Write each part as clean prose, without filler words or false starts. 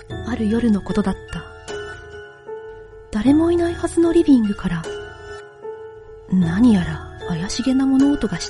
ある夜のことだった。誰もいないはずのリビングから、何やら怪しげな物音がした。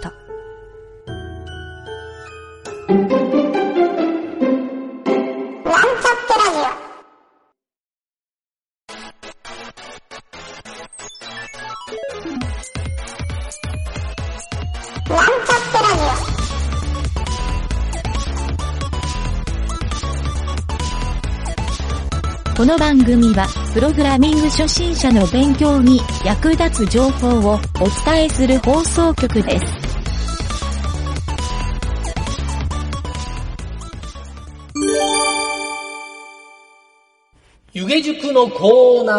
この番組はプログラミング初心者の勉強に役立つ情報をお伝えする放送局です。 湯気塾のコーナ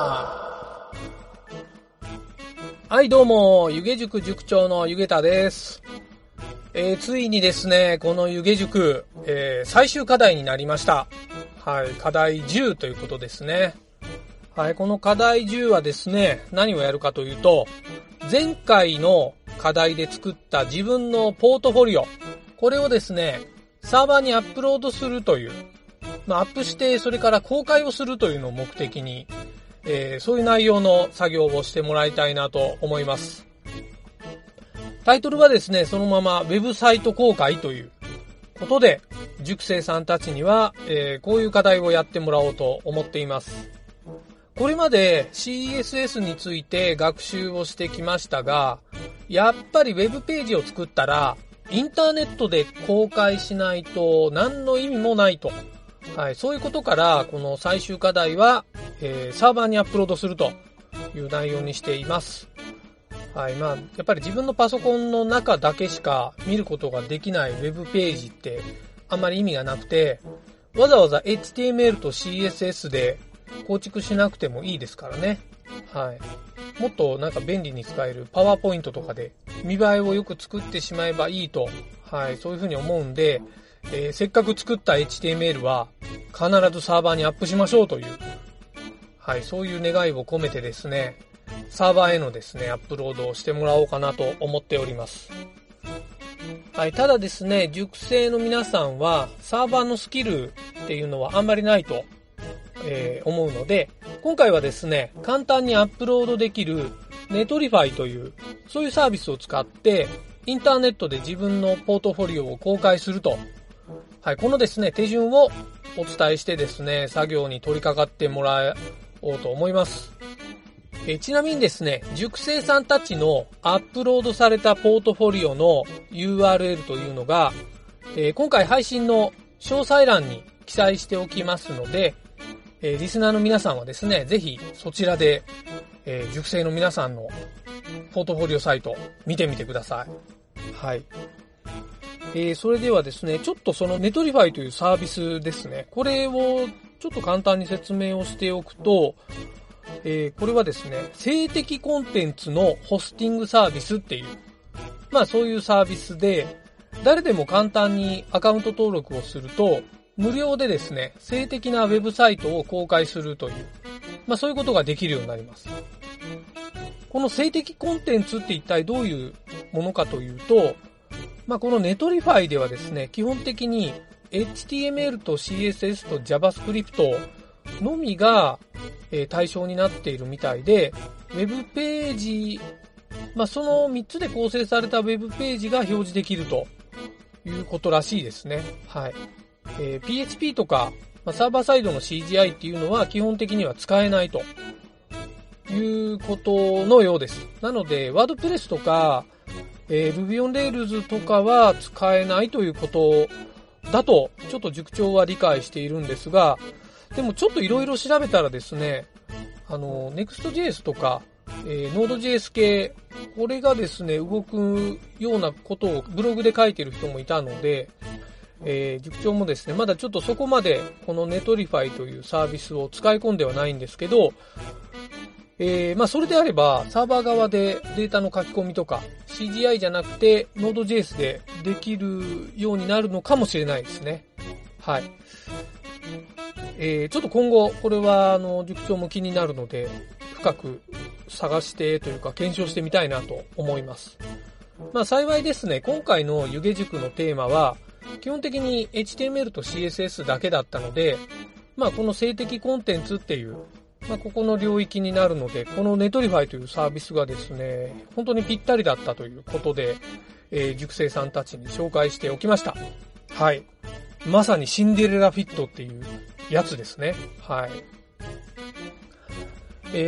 ー。はい、どうも湯気塾塾長の湯気田です。ついにですね、この湯気塾、最終課題になりました。はい、課題10ということですね。はい、この課題10はですね、何をやるかというと、前回の課題で作った自分のポートフォリオ、これをですね、サーバーにアップロードするという、アップしてそれから公開をするというのを目的に、そういう内容の作業をしてもらいたいなと思います。タイトルはですね、そのままウェブサイト公開ということで、塾生さんたちには、こういう課題をやってもらおうと思っています。これまで CSS について学習をしてきましたが、やっぱりウェブページを作ったらインターネットで公開しないと何の意味もないと。はい、そういうことからこの最終課題は、サーバーにアップロードするという内容にしています。はい、やっぱり自分のパソコンの中だけしか見ることができないウェブページってあんまり意味がなくて、わざわざ HTML と CSS で構築しなくてもいいですからね。はい。もっと便利に使えるパワーポイントとかで見栄えをよく作ってしまえばいいと、はい、そういうふうに思うんで、せっかく作った HTML は必ずサーバーにアップしましょうという、はい、そういう願いを込めてですね、サーバーへのですね、アップロードをしてもらおうかなと思っております。はい、ただですね、塾生の皆さんはサーバーのスキルっていうのはあんまりないと、思うので、今回はですね、簡単にアップロードできるネトリファイというそういうサービスを使ってインターネットで自分のポートフォリオを公開すると、はい、このですね、手順をお伝えしてですね、作業に取り掛かってもらおうと思います。ちなみにですね、塾生さんたちのアップロードされたポートフォリオの URL というのが、今回配信の詳細欄に記載しておきますので、リスナーの皆さんはですね、ぜひそちらで、塾生の皆さんのポートフォリオサイト見てみてください。はい。それではですね、ちょっとそのネトリファイというサービスですね、これをちょっと簡単に説明をしておくと、これはですね、性的コンテンツのホスティングサービスっていう、そういうサービスで、誰でも簡単にアカウント登録をすると、無料でですね、性的なウェブサイトを公開するという、そういうことができるようになります。この性的コンテンツって一体どういうものかというと、このネトリファイではですね、基本的に HTML と CSS と JavaScript のみが対象になっているみたいで、ウェブページ、その3つで構成されたウェブページが表示できるということらしいですね。はい。PHP とか、サーバーサイドの CGI っていうのは基本的には使えないということのようです。なので、ワードプレスとか、Ruby on Rails とかは使えないということだと、ちょっと塾長は理解しているんですが、でもちょっといろいろ調べたらですね、Next.js とか、Node.js 系、これがですね、動くようなことをブログで書いている人もいたので、塾長もですね、まだちょっとそこまでこのネトリファイというサービスを使い込んではないんですけど、それであればサーバー側でデータの書き込みとか CGI じゃなくて Node.js でできるようになるのかもしれないですね。はい。ちょっと今後これは塾長も気になるので深く探してというか検証してみたいなと思います。幸いですね、今回の湯気塾のテーマは基本的に HTML と CSS だけだったので、 この性的コンテンツっていう、ここの領域になるので、このネトリファイというサービスがですね、本当にぴったりだったということで、塾生さんたちに紹介しておきました。はい。まさにシンデレラフィットっていうやつですね。はい。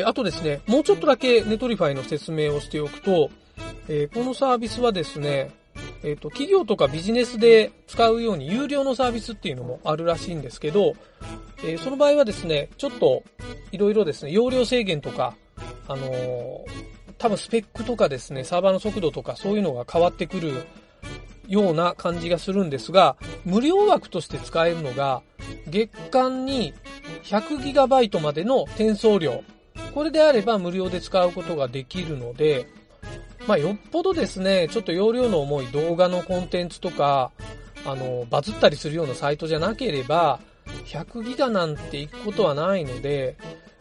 あとですね、もうちょっとだけネトリファイの説明をしておくと、このサービスはですね、企業とかビジネスで使うように有料のサービスっていうのもあるらしいんですけど、その場合はですね、ちょっといろいろですね、容量制限とか、多分スペックとかですね、サーバーの速度とかそういうのが変わってくるような感じがするんですが、無料枠として使えるのが、月間に 100GB までの転送量。これであれば無料で使うことができるので、よっぽどですね、ちょっと容量の重い動画のコンテンツとか、バズったりするようなサイトじゃなければ、100ギガなんていくことはないので、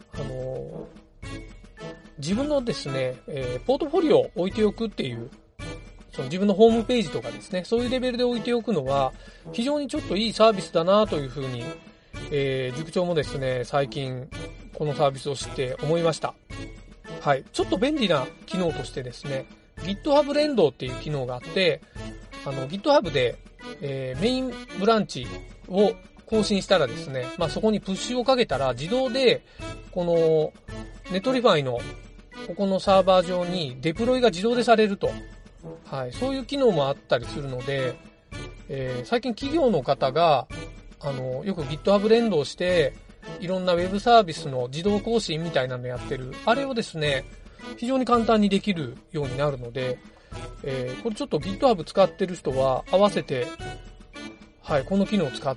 自分のですね、ポートフォリオを置いておくっていう、その自分のホームページとかですね、そういうレベルで置いておくのは、非常にちょっといいサービスだなというふうに、塾長もですね、最近このサービスを知って思いました。はい。ちょっと便利な機能としてですね、GitHub 連動っていう機能があって、GitHub で、メインブランチを更新したらですね、そこにプッシュをかけたら自動で、このネトリファイのここのサーバー上にデプロイが自動でされると。はい。そういう機能もあったりするので、最近企業の方が、よく GitHub 連動して、いろんなウェブサービスの自動更新みたいなのやってる。あれをですね、非常に簡単にできるようになるので、これちょっと GitHub 使ってる人は合わせて、はい、この機能を使って、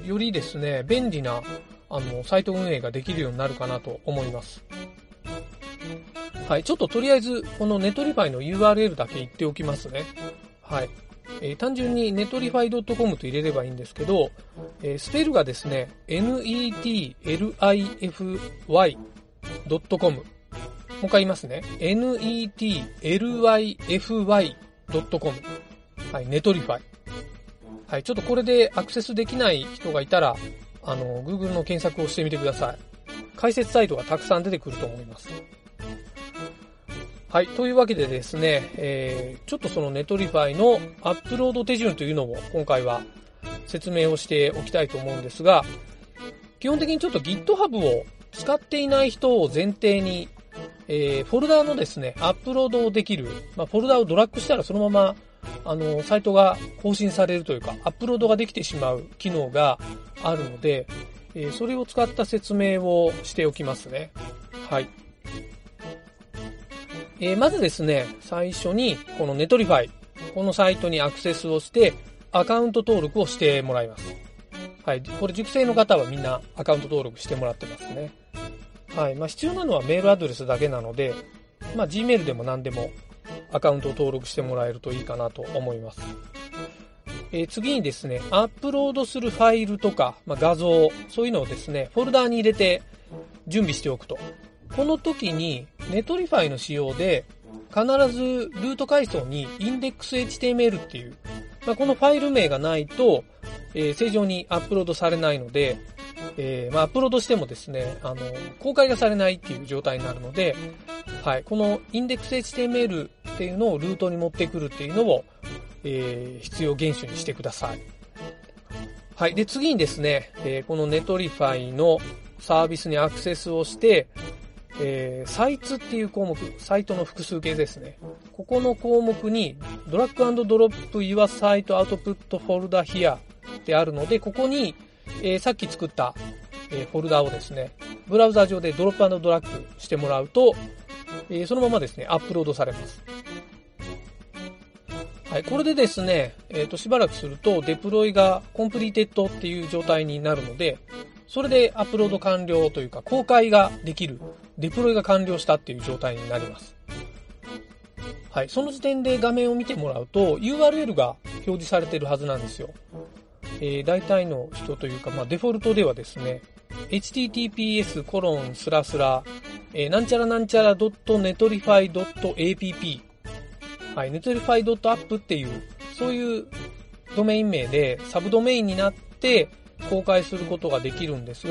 よりですね、便利な、サイト運営ができるようになるかなと思います。はい、ちょっととりあえず、このネトリファイの URL だけ言っておきますね。はい。単純に netlify.com と入れればいいんですけど、スペルがですね、netlify.com。もう一回言いますね。netlify.com。はい、ネトリファイ。はい、ちょっとこれでアクセスできない人がいたら、Google の検索をしてみてください。解説サイトがたくさん出てくると思います。はい。というわけでですね、ちょっとそのネトリファイのアップロード手順というのも今回は説明をしておきたいと思うんですが、基本的にちょっと GitHub を使っていない人を前提に、フォルダのですね、アップロードをできる、フォルダをドラッグしたらそのまま、サイトが更新されるというか、アップロードができてしまう機能があるので、それを使った説明をしておきますね。はい。まずですね、最初にこのネトリファイ、このサイトにアクセスをしてアカウント登録をしてもらいます。はい。これ塾生の方はみんなアカウント登録してもらってますね。はい。必要なのはメールアドレスだけなので、Gmail でも何でもアカウントを登録してもらえるといいかなと思います。次にですね、アップロードするファイルとか、画像、そういうのをですね、フォルダーに入れて準備しておくと。この時にネトリファイの仕様で必ずルート階層に index.html っていう、このファイル名がないと、正常にアップロードされないので、アップロードしてもですね、公開がされないっていう状態になるので、はい、この index.html っていうのをルートに持ってくるっていうのを、必要厳守にしてください。はい。で、次にですね、このネトリファイのサービスにアクセスをして、サイツっていう項目、サイトの複数形ですね。ここの項目にドラッグ&ドロップ Your Site Output Folder Here ってあるので、ここに、さっき作った、フォルダをですね、ブラウザ上でドロップ&ドラッグしてもらうと、そのままですね、アップロードされます。はい、これでですね、しばらくするとデプロイがコンプリーテッドっていう状態になるので、それでアップロード完了というか公開ができる、デプロイが完了したっていう状態になります。はい、その時点で画面を見てもらうと URL が表示されているはずなんですよ。大体の人というか、デフォルトではですね、https:// なんちゃらなんちゃら .netlify.app はい、netlify.app っていう、そういうドメイン名でサブドメインになって公開することができるんですが、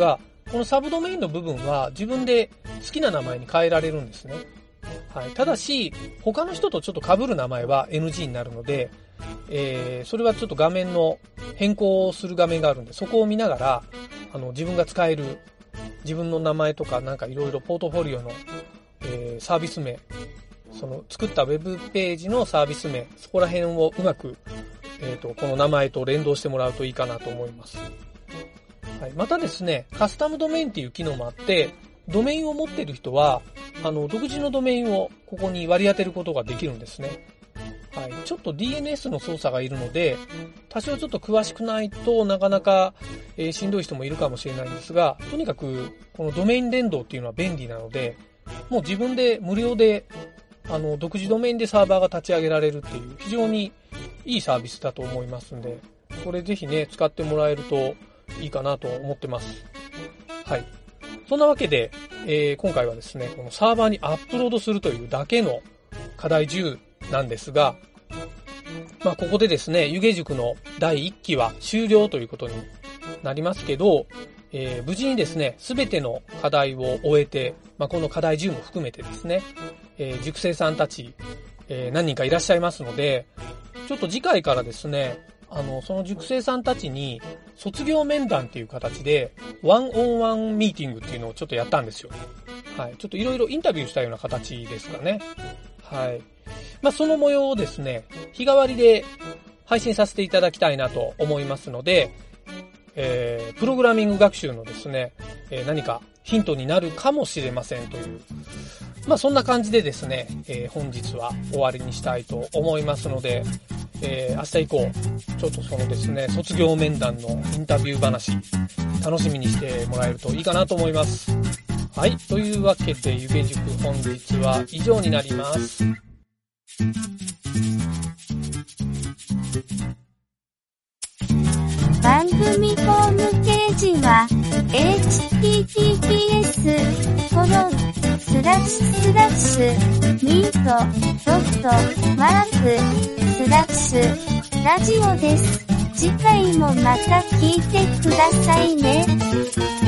このサブドメインの部分は自分で好きな名前に変えられるんですね。はい。ただし、他の人とちょっと被る名前は NG になるので、それはちょっと画面の変更をする画面があるんで、そこを見ながら、自分が使える自分の名前とかなんかいろいろポートフォリオの、サービス名、その作ったウェブページのサービス名、そこら辺をうまく、この名前と連動してもらうといいかなと思います。はい。またですね、カスタムドメインっていう機能もあって、ドメインを持っている人は、独自のドメインをここに割り当てることができるんですね。はい。ちょっと DNS の操作がいるので、多少ちょっと詳しくないとなかなか、しんどい人もいるかもしれないんですが、とにかくこのドメイン連動っていうのは便利なので、もう自分で無料で独自ドメインでサーバーが立ち上げられるっていう非常にいいサービスだと思いますんで、これぜひね、使ってもらえるといいかなと思ってます。はい。そんなわけで、今回はですね、このサーバーにアップロードするというだけの課題10なんですが、まあここでですね、湯気塾の第1期は終了ということになりますけど、無事にですね、すべての課題を終えて、まあこの課題10も含めてですね、塾生さんたち、何人かいらっしゃいますので、ちょっと次回からですね、その塾生さんたちに卒業面談っていう形でワンオンワンミーティングっていうのをちょっとやったんですよ。はい。ちょっといろいろインタビューしたような形ですかね。はい。まあ、その模様をですね、日替わりで配信させていただきたいなと思いますので、プログラミング学習のですね、何かヒントになるかもしれませんという、まあ、そんな感じでですね、本日は終わりにしたいと思いますので、明日以降、ちょっとそのですね、卒業面談のインタビュー話、楽しみにしてもらえるといいかなと思います。はい。というわけで、湯気塾本日は以上になります。 番組ホームページは https://mint.mark/ラジオです。次回もまた聞いてくださいね。